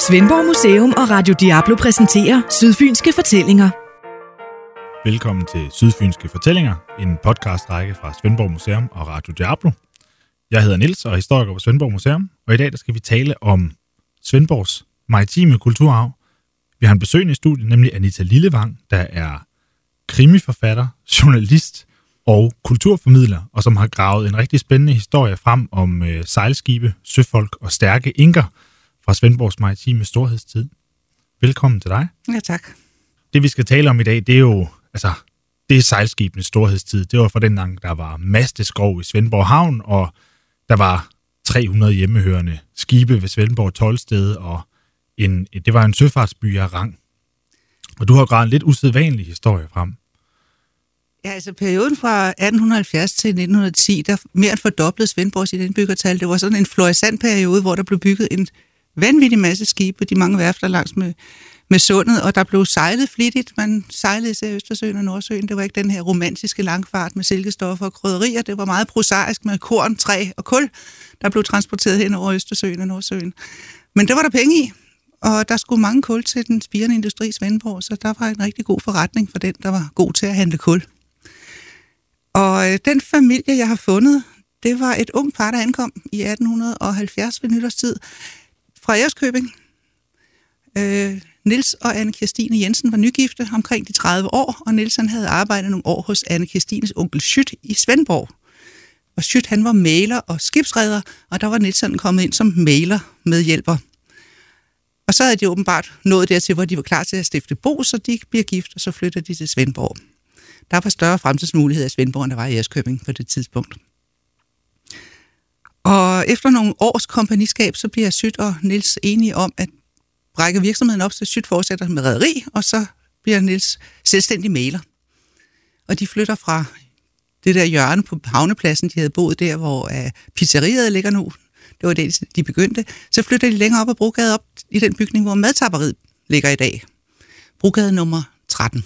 Svendborg Museum og Radio Diablo præsenterer Sydfynske Fortællinger. Velkommen til Sydfynske Fortællinger, en podcastrække fra Svendborg Museum og Radio Diablo. Jeg hedder Niels og er historiker på Svendborg Museum, og i dag der skal vi tale om Svendborgs maritime kulturarv. Vi har en besøgende i studiet, nemlig Anita Lillevang, der er krimiforfatter, journalist og kulturformidler, og som har gravet en rigtig spændende historie frem om sejlskibe, søfolk og stærke inker fra Svendborgs maritime storhedstid. Velkommen til dig. Ja, tak. Det vi skal tale om i dag, det er jo det er sejlskibenes storhedstid. Det var for den gang, der var masteskrog i Svendborg Havn, og der var 300 hjemmehørende skibe ved Svendborg Toldsted, og det var en søfartsby af rang. Og du har gravet en lidt usædvanlig historie frem. Ja, altså perioden fra 1870 til 1910, der mere end fordoblede Svendborg sit indbyggertal. Det var sådan en florissant periode, hvor der blev bygget en vanvittig masse skibe på de mange værfter langs med sundet, og der blev sejlet flittigt. Man sejlede til Østersøen og Nordsøen. Det var ikke den her romantiske langfart med silkestoffer og krydderier. Det var meget prosaisk med korn, træ og kul, der blev transporteret hen over Østersøen og Nordsøen. Men det var der penge i, og der skulle mange kul til den spirende industri i Svendborg, så der var en rigtig god forretning for den, der var god til at handle kul. Og den familie, jeg har fundet, det var et ung par, der ankom i 1870 ved nytårstid fra Ærøskøbing. Niels og Anne Kirstine Jensen var nygifte omkring de 30 år, og Niels han havde arbejdet nogle år hos Anne Kirstines onkel Schyt i Svendborg. Og Schyt han var mægler og skibsreder, og der var Niels sådan kommet ind som mægler medhjælper. Og så havde de åbenbart nået dertil, hvor de var klar til at stifte bo, så de bliver gift, og så flytter de til Svendborg. Der var større fremtidsmuligheder i Svendborg, end der var i Ærøskøbing på det tidspunkt. Og efter nogle års kompagniskab, så bliver Schyt og Niels enige om at brække virksomheden op, så Schyt fortsætter med rederi, og så bliver Niels selvstændig mægler. Og de flytter fra det der hjørne på havnepladsen, de havde boet der, hvor pizzeriet ligger nu. Det var det, de begyndte. Så flytter de længere op ad Brogade, op i den bygning, hvor madtapperiet ligger i dag. Brogade nummer 13.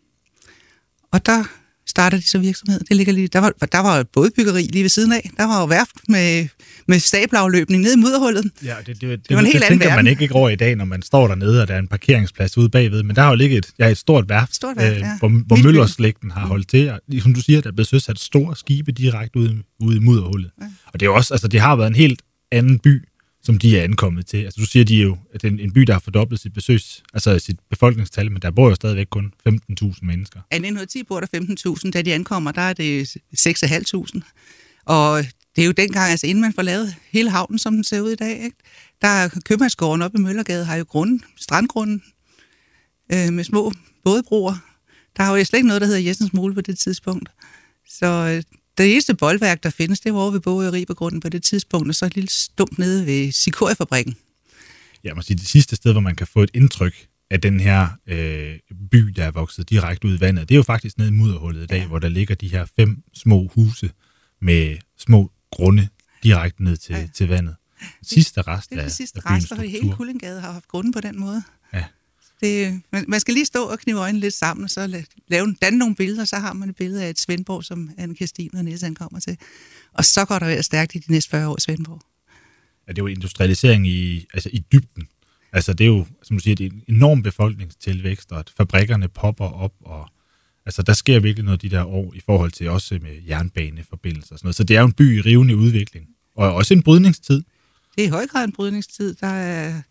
Og der starter de så virksomhed. Det ligger lige, der var både byggeri lige ved siden af. Der var jo værft med stabelafløbning ned i mudderhullet. Ja, det var en helt anden tænker man ikke over i dag, når man står dernede, og der er en parkeringsplads ude bagved. Men der har jo ligget et stort værft, ja. hvor Møllerslægten har holdt til. Og, som du siger, der er blevet søsat store skibe direkte ude i mudderhullet. Ja. Og det er jo også, det har været en helt anden by, som de er ankommet til. Altså du siger, de er jo at en by, der har fordoblet sit befolkningstal, men der bor jo stadigvæk kun 15.000 mennesker. I 1910 bor der 15.000, da de ankommer, der er det 6.500. Og det er jo dengang, inden man får lavet hele havnen, som den ser ud i dag, ikke? Der er købmandsgården oppe i Møllergade, har jo strandgrunden med små bådebroer. Der har jo slet ikke noget, der hedder Jessens Mole på det tidspunkt. Så det eneste boldværk, der findes, det var over ved Bogø og Ribergrunden på det tidspunkt, og så et lille stump nede ved Sikorifabrikken. Jeg må sige, det sidste sted, hvor man kan få et indtryk af den her by, der er vokset direkte ud i vandet, det er jo faktisk nede i mudderhullet i dag, hvor der ligger de her 5 små huse med små grunde direkte ned til vandet. Sidste rest af byens struktur. For hele Kullingade har haft grunden på den måde. Ja. Man skal lige stå og knive øjnene lidt sammen, og så danne nogle billeder, så har man et billede af et Svendborg, som Anne Kirstine og Niels ankommer til. Og så går der vel stærkt i de næste 40 år i Svendborg. Ja, det er jo industrialisering i dybden. Altså det er jo, som du siger, det er en enorm befolkningstilvækst, og at fabrikkerne popper op, og der sker virkelig noget de der år i forhold til også med jernbaneforbindelser og sådan noget. Så det er jo en by i rivende udvikling, og også en brydningstid. Det er i høj grad en brydningstid. Der er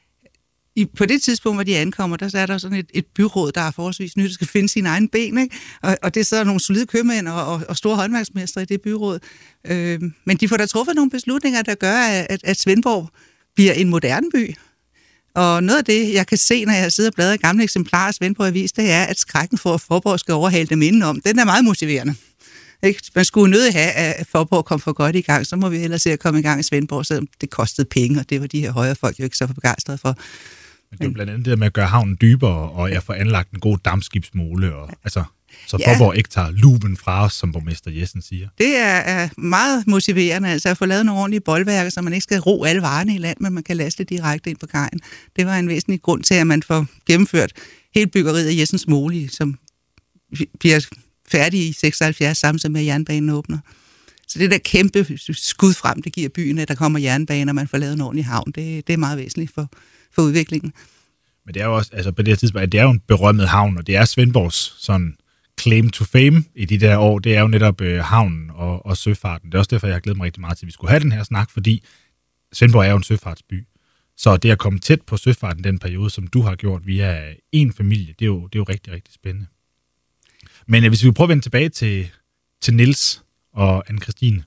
på det tidspunkt, hvor de ankommer, der er der sådan et byråd, der er forholdsvis nyt, der skal finde sine egne ben, ikke? Og det sidder nogle solide købmænd og store håndværksmestre i det byråd. Men de får da truffet nogle beslutninger, der gør, at Svendborg bliver en moderne by. Og noget af det, jeg kan se, når jeg sidder og bladrer i gamle eksemplarer af Svendborg Avis, det er, at skrækken for, at Forborg skal overhale dem indenom, den er meget motiverende. Ikke? Man skulle nødt have, at Forborg kom for godt i gang, så må vi hellere se at komme i gang i Svendborg, selvom det kostede penge, og det var de her højre folk jo ikke så begejstrede for. Men det er blandt andet det med at gøre havnen dybere, og jeg får anlagt en god dammskibsmole, og så Forborg ikke tager luben fra os, som borgmester Jessen siger. Det er meget motiverende, at få lavet nogle ordentlige boldværker, så man ikke skal ro alle varerne i land, men man kan laste direkte ind på kajen. Det var en væsentlig grund til, at man får gennemført hele byggeriet af Jessens Mole, som bliver færdig i 76, samtidig med at jernbanen åbner. Så det der kæmpe skud frem, det giver byen, at der kommer jernbaner, og man får lavet en ordentlig havn. Det er meget væsentligt for udviklingen. Men det er jo også, altså på det her tidspunkt, det er jo en berømmet havn, og det er Svendborgs sådan claim to fame i de der år, det er jo netop havnen og søfarten. Det er også derfor, jeg har glædet mig rigtig meget til, at vi skulle have den her snak, fordi Svendborg er jo en søfartsby. Så det at komme tæt på søfarten den periode, som du har gjort via en familie, det er jo rigtig, rigtig spændende. Men hvis vi prøver at vende tilbage til Niels og Anne-Christine.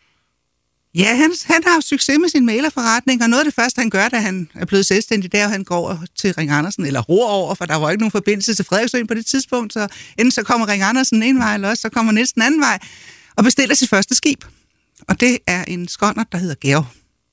Ja, han har jo succes med sin malerforretning, og noget af det første, han gør, da han er blevet selvstændig, det er, at han går over til Ring Andersen, eller ror over, for der var ikke nogen forbindelse til Frederiksøen på det tidspunkt, så enten så kommer Ring Andersen den ene vej, eller også så kommer Niels den anden vej, og bestiller sit første skib. Og det er en skonnert, der hedder Georg.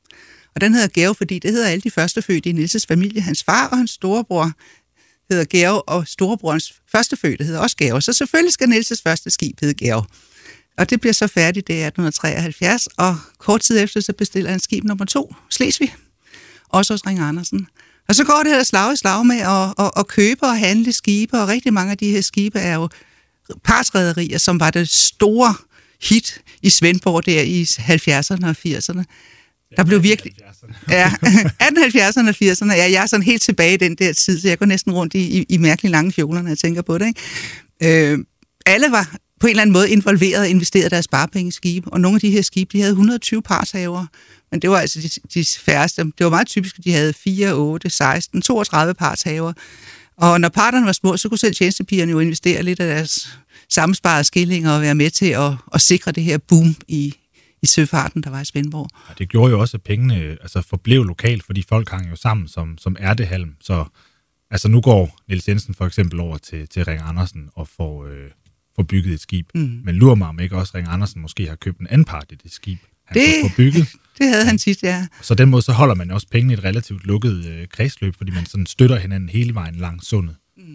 Og den hedder Georg, fordi det hedder alle de førstefødte i Niels' familie. Hans far og hans storebror hedder Georg, og storebrorens førstefødte hedder også Georg. Så selvfølgelig skal Niels' første skib hedde Georg. Og det bliver så færdigt, det er 1873, og kort tid efter, så bestiller han skib nummer 2, Slesvig, også hos Ring Andersen. Og så går det her slag i slag med at købe og handle skibe, og rigtig mange af de her skibe er jo partsrederier, som var det store hit i Svendborg der i 70'erne og 80'erne. Der blev virkelig... Ja, 1870'erne og 80'erne. Ja, jeg er sådan helt tilbage i den der tid, så jeg går næsten rundt i mærkelige lange kjoler, når jeg tænker på det. Ikke? Alle var på en eller anden måde involveret og investeret deres sparepenge i skibe, og nogle af de her skibe, de havde 120 partshavere, men det var altså de færreste. Det var meget typisk, at de havde 4, 8, 16, 32 partshavere. Og når parterne var små, så kunne selv tjenestepigerne jo investere lidt af deres sammensparede skillinger og være med til at sikre det her boom i søfarten, der var i Svendborg. Ja, det gjorde jo også, at pengene forblev lokalt, fordi folk hang jo sammen som ærtehalm. Så altså nu går Niels Jensen for eksempel over til Ring Andersen og får bygget et skib. Men lurer mig om ikke også Ring Andersen måske har købt en anden part i det skib, han får bygget. Det havde han tit, ja. Så den måde så holder man også pengene i et relativt lukket kredsløb, fordi man sådan støtter hinanden hele vejen langs sundet.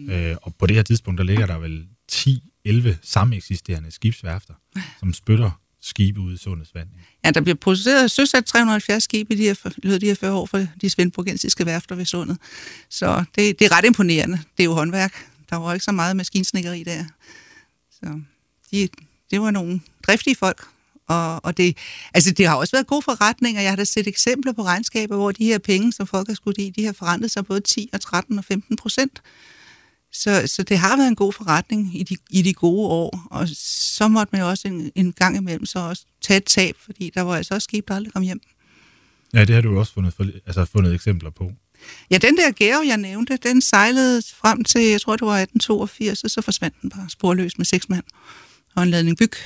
Og på det her tidspunkt, der ligger der vel 10-11 sameksisterende skibsværfter, som spytter skibe ude i sundets vand. Ja, der bliver produceret søsat 370 skibe i de her 40 år for de svendborgensiske værfter ved sundet. Så det er ret imponerende. Det er jo håndværk. Der var ikke så meget maskinsnikkeri der. Så det var nogle driftige folk. Og det har også været god forretning, og jeg har da set eksempler på regnskaber, hvor de her penge, som folk har skudt i, de har forrentet sig både 10 og 13 og 15%. Så det har været en god forretning i de gode år, og så måtte man jo også en gang imellem så også tage et tab, fordi der var altså også skib, der aldrig kom hjem. Ja, det har du også fundet eksempler på. Ja, den der Georg, jeg nævnte, den sejlede frem til, jeg tror, det var 1882, og så forsvandt den bare sporløs med 6 mand og en ladning byg.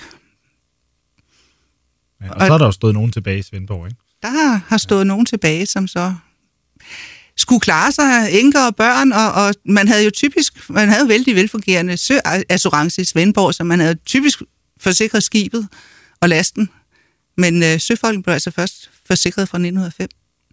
Ja, og så har der jo stået nogen tilbage i Svendborg, ikke? Der har stået nogen tilbage, som så skulle klare sig, enker og børn, og man havde jo vældig velfungerende søassurance i Svendborg, så man havde typisk forsikret skibet og lasten, men søfolken blev altså først forsikret fra 1905.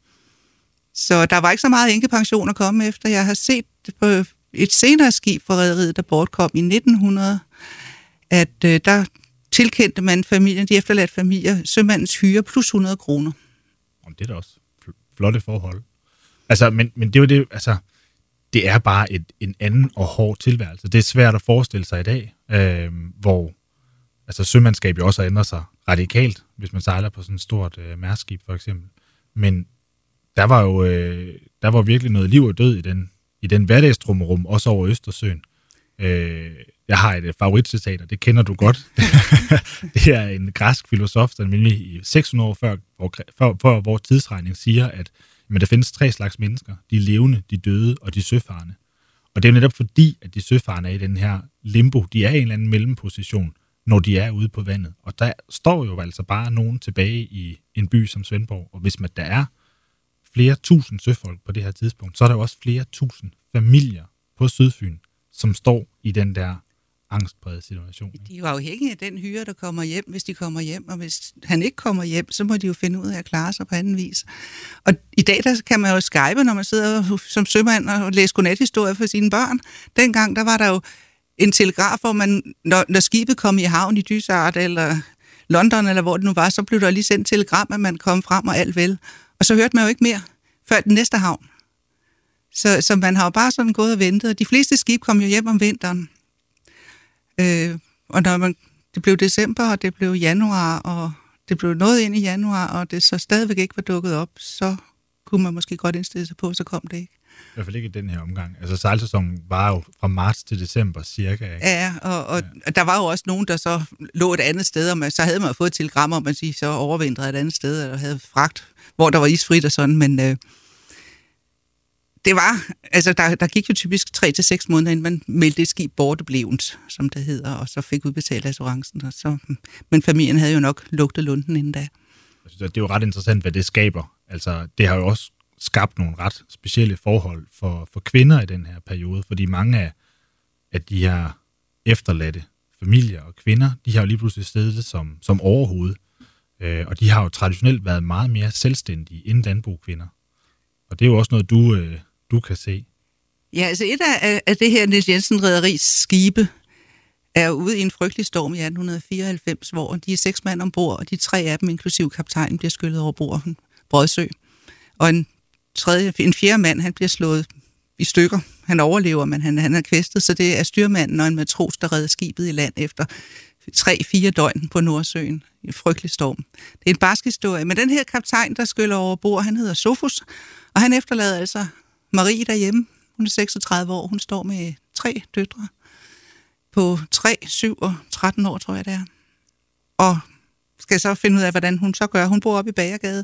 Så der var ikke så meget enkepension at komme efter. Jeg har set på et senere skib for rederiet, der bortkom i 1900, at der tilkendte man familien, de efterladte familier, sømandens hyre plus 100 kroner. Det er da også flotte forhold. Altså, men det er jo det, altså, det er bare en anden og hård tilværelse. Det er svært at forestille sig i dag, hvor altså, sømandskab jo også har ændret sig radikalt, hvis man sejler på sådan et stort mærskib for eksempel. Men der var virkelig noget liv og død i den hverdagstrummerum, også over Østersøen. Jeg har et favoritcitat, og det kender du godt. Det er en græsk filosof, der nemlig 600 år før vores tidsregning siger, at der findes 3 slags mennesker. De levende, de døde og de søfarende. Og det er jo netop fordi, at de søfarende er i den her limbo. De er i en eller anden mellemposition, når de er ude på vandet. Og der står jo altså bare nogen tilbage i en by som Svendborg. Og hvis der er flere tusind søfolk på det her tidspunkt, så er der jo også flere tusind familier på Sydfyn, som står i den der angstprægede situation. De er jo afhængige af den hyre, der kommer hjem, hvis de kommer hjem, og hvis han ikke kommer hjem, så må de jo finde ud af at klare sig på anden vis. Og i dag, der kan man jo skype, når man sidder som sømand og læser godnathistorier for sine børn. Dengang, der var der jo en telegraf, hvor man, når skibet kom i havn i Dysart eller London, eller hvor det nu var, så blev der lige sendt telegram, at man kom frem og alt vel. Og så hørte man jo ikke mere før den næste havn. Så man har jo bare sådan gået og ventet, og de fleste skib kom jo hjem om vinteren. Og når det blev december, og det blev januar, og det blev nået ind i januar, og det så stadigvæk ikke var dukket op, så kunne man måske godt indstille sig på, så kom det ikke. I hvert fald ikke i den her omgang. Altså sejlsæsonen var jo fra marts til december cirka. Ikke? Ja, og der var jo også nogen, der så lå et andet sted, og så havde man fået et telegram om, at de så overvintrede et andet sted, eller havde fragt, hvor der var isfrit og sådan, men det var, altså der gik jo typisk 3 til 6 måneder, inden man meldte et skib borteblevent, som det hedder, og så fik udbetalt assurancen. Og så, men familien havde jo nok lugtet lunden inden da. Det er jo ret interessant, hvad det skaber. Altså, det har jo også skabt nogle ret specielle forhold for kvinder i den her periode, fordi mange af de her efterladte familier og kvinder, de har jo lige pludselig stedet som overhoved, og de har jo traditionelt været meget mere selvstændige end landbrugskvinder. Og det er jo også noget, du kan se. Ja, altså et af det her Niels Jensen Rederis skibe er ude i en frygtelig storm i 1894, hvor de er 6 mand ombord, og de 3 af dem, inklusiv kaptajnen, bliver skyllet over bord Brødsø. Og en fjerde mand, han bliver slået i stykker. Han overlever, men han er kvæstet, så det er styrmanden og en matros, der redder skibet i land efter 3-4 døgn på Nordsøen i en frygtelig storm. Det er en barsk historie, men den her kaptajn, der skyller over bord, han hedder Sofus, og han efterlader altså Marie derhjemme. Hun er 36 år, hun står med 3 døtre på 3, 7 og 13 år, tror jeg det er. Og skal så finde ud af, hvordan hun så gør. Hun bor oppe i Bagergade,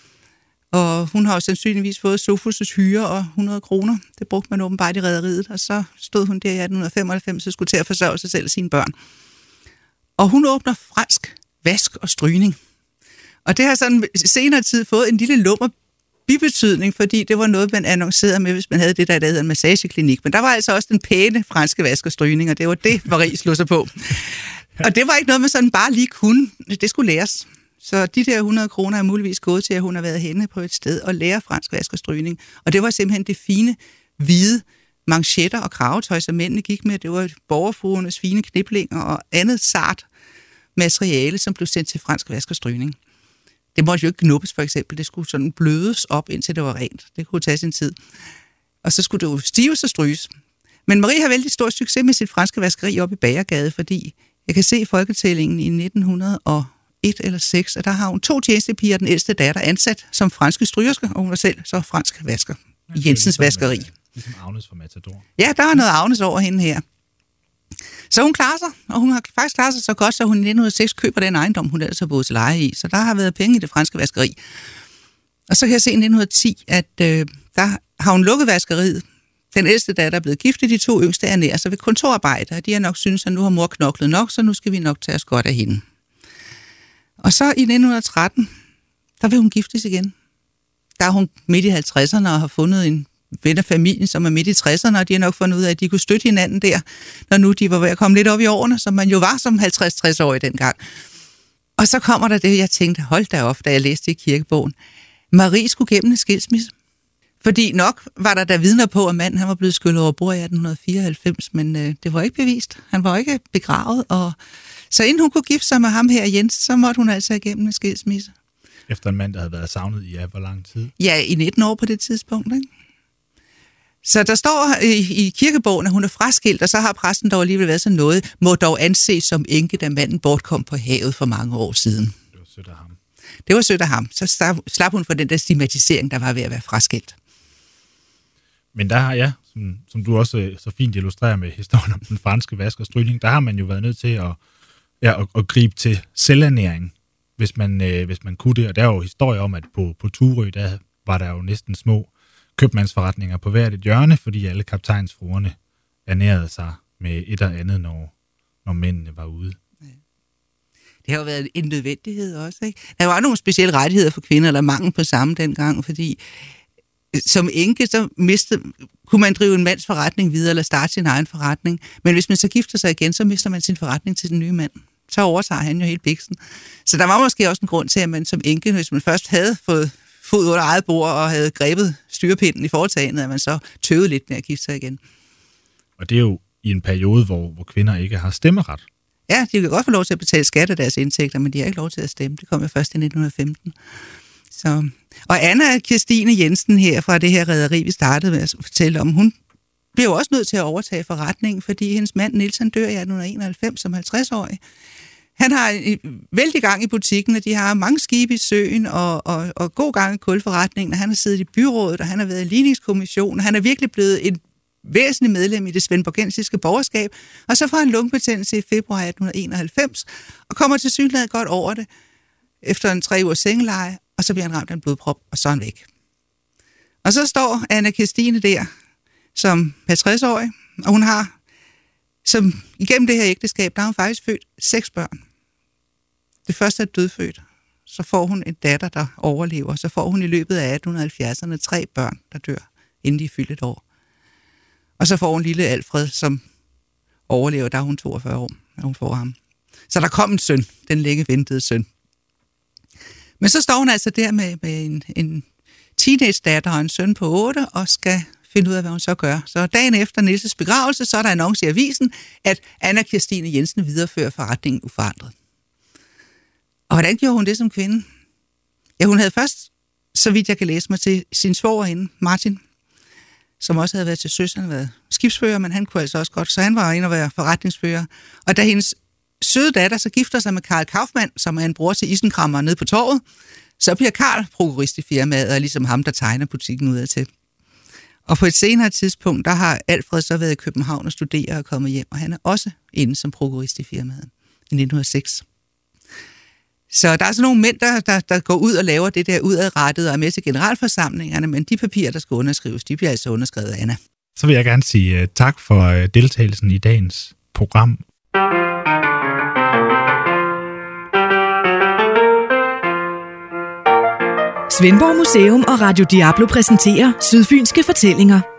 og hun har jo sandsynligvis fået Sofus' hyre og 100 kroner. Det brugte man åbenbart i rederiet, og så stod hun der i 1895 og skulle til at forsørge sig selv og sine børn. Og hun åbner fransk vask og strygning. Og det har sådan senere tid fået en lille lummer bibetydning, fordi det var noget, man annoncerede med, hvis man havde det, der hedder en massageklinik. Men der var altså også den pæne franske vask og strygning, og det var det, Marie slog sig på. Og det var ikke noget, man sådan bare lige kunne. Det skulle læres. Så de der 100 kroner er muligvis gået til, at hun har været henne på et sted og lære fransk vask og strygning. Og det var simpelthen det fine, hvide manchetter og kravetøj, som mændene gik med. Det var borgerfruernes fine kniplinger og andet sart materiale, som blev sendt til fransk vask og strygning. Det måtte jo ikke knuppes, for eksempel. Det skulle sådan blødes op, indtil det var rent. Det kunne tage sin tid. Og så skulle det jo stives og stryges. Men Marie har vældig stor succes med sit franske vaskeri oppe i Bagergade, fordi jeg kan se i folketællingen i 1901 eller 6, at der har hun 2 tjenestepiger, den ældste datter, ansat som franske strygerske, og hun var selv så fransk vasker i Jensens vaskeri. Ligesom Agnes fra Matador. Ja, der er noget Agnes over hende her. Så hun klarer sig, og hun har faktisk klaret sig så godt, så hun i 1906 køber den ejendom, hun ellers har boet til leje i. Så der har været penge i det franske vaskeri. Og så kan jeg se i 1910, at der har hun lukket vaskeriet. Den ældste datter er blevet gift, de 2 yngste er nær sig ved kontorarbejde, og de har nok synes, at nu har mor knoklet nok, så nu skal vi nok tage os godt af hende. Og så i 1913, der vil hun giftes igen. Der er hun midt i 50'erne og har fundet en ven af familien, som er midt i 60'erne, og de har nok fundet ud af, at de kunne støtte hinanden der, når nu de var ved at komme lidt op i årene, som man jo var som 50-60-årig dengang. Og så kommer der det, jeg tænkte, hold da op, da jeg læste i kirkebogen. Marie skulle gennem en skilsmisse. Fordi nok var der vidner på, at manden han var blevet skyllet over bord i 1894, men det var ikke bevist. Han var ikke begravet, og så inden hun kunne gifte sig med ham her, Jens, så måtte hun altså igennem en skilsmisse. Efter en mand, der havde været savnet i hvor lang tid? Ja, i 19 år på det tidspunkt, ikke? Så der står i kirkebogen, at hun er fraskilt, og så har præsten dog alligevel været sådan noget, må dog anses som enke, da manden bortkom på havet for mange år siden. Det var sødt af ham. Det var sødt af ham. Så slap hun for den der stigmatisering, der var ved at være fraskilt. Men der har jeg, som du også så fint illustrerer med historien om den franske vask og strygning, der har man jo været nødt til at gribe til selvernæring, hvis man kunne det. Og der er jo historie om, at på Turø, der var der jo næsten små købmandsforretninger på hvert et hjørne, fordi alle kaptajnsfruerne ernærede sig med et og andet, når mændene var ude. Det har jo været en nødvendighed også, ikke? Der var nogle specielle rettigheder for kvinder, eller mangel på samme dengang, fordi som enke, så kunne man drive en mands forretning videre, eller starte sin egen forretning. Men hvis man så gifter sig igen, så mister man sin forretning til den nye mand. Så overtager han jo helt biksen. Så der var måske også en grund til, at man som enke, hvis man først havde fået fod under eget bord og havde grebet styrepinden i foretagendet, at man så tøvede lidt med at gifte sig igen. Og det er jo i en periode, hvor kvinder ikke har stemmeret. Ja, de kan godt få lov til at betale skat af deres indtægter, men de har ikke lov til at stemme. Det kom jo først i 1915. Så. Og Anna Kirstine Jensen her fra det her rederi, vi startede med at fortælle om, hun blev jo også nødt til at overtage forretningen, fordi hendes mand Niels han dør i 1891 som 50-årig. Han har vældig gang i butikken, og de har mange skibe i søen og god gang i kulforretningen, og han har siddet i byrådet, og han har været i ligningskommissionen, og han er virkelig blevet et væsentligt medlem i det svendborgensiske borgerskab, og så får han lungebetændelse i februar 1891, og kommer til synligheden godt over det efter en 3 ugers sengeleje, og så bliver han ramt af en blodprop, og så er han væk. Og så står Anna Kirstine der som 50-årig, og hun har, som igennem det her ægteskab, der har hun faktisk født 6 børn. Det første er dødfødt. Så får hun en datter, der overlever. Så får hun i løbet af 1870'erne 3 børn, der dør, inden de er fyldt 1 år. Og så får hun lille Alfred, som overlever, der er hun 42 år, når hun får ham. Så der kom en søn, den længe ventede søn. Men så står hun altså der med en teenage-datter og en søn på 8, og skal finde ud af, hvad hun så gør. Så dagen efter Nielses begravelse, så er der annonce i avisen, at Anna Kirstine Jensen viderefører forretningen uforandret. Og hvordan gjorde hun det som kvinde? Ja, hun havde først, så vidt jeg kan læse mig til, sin svogerinde, Martin, som også havde været til søs. Han havde været skibsfører, men han kunne altså også godt, så han var inde og være forretningsfører. Og da hendes søde datter så gifter sig med Karl Kaufmann, som er en bror til isenkrammer nede på torvet, så bliver Karl prokurist i firmaet, og ligesom ham, der tegner butikken udadtil. Og på et senere tidspunkt, der har Alfred så været i København og studeret og kommet hjem, og han er også inde som prokurist i firmaet i 1906. Så der er sådan nogle mænd, der går ud og laver det der udadrettet og er med til generalforsamlingerne, men de papirer, der skal underskrives, de bliver altså underskrevet af Anna. Så vil jeg gerne sige tak for deltagelsen i dagens program. Svendborg Museum og Radio Diablo præsenterer Sydfynske Fortællinger.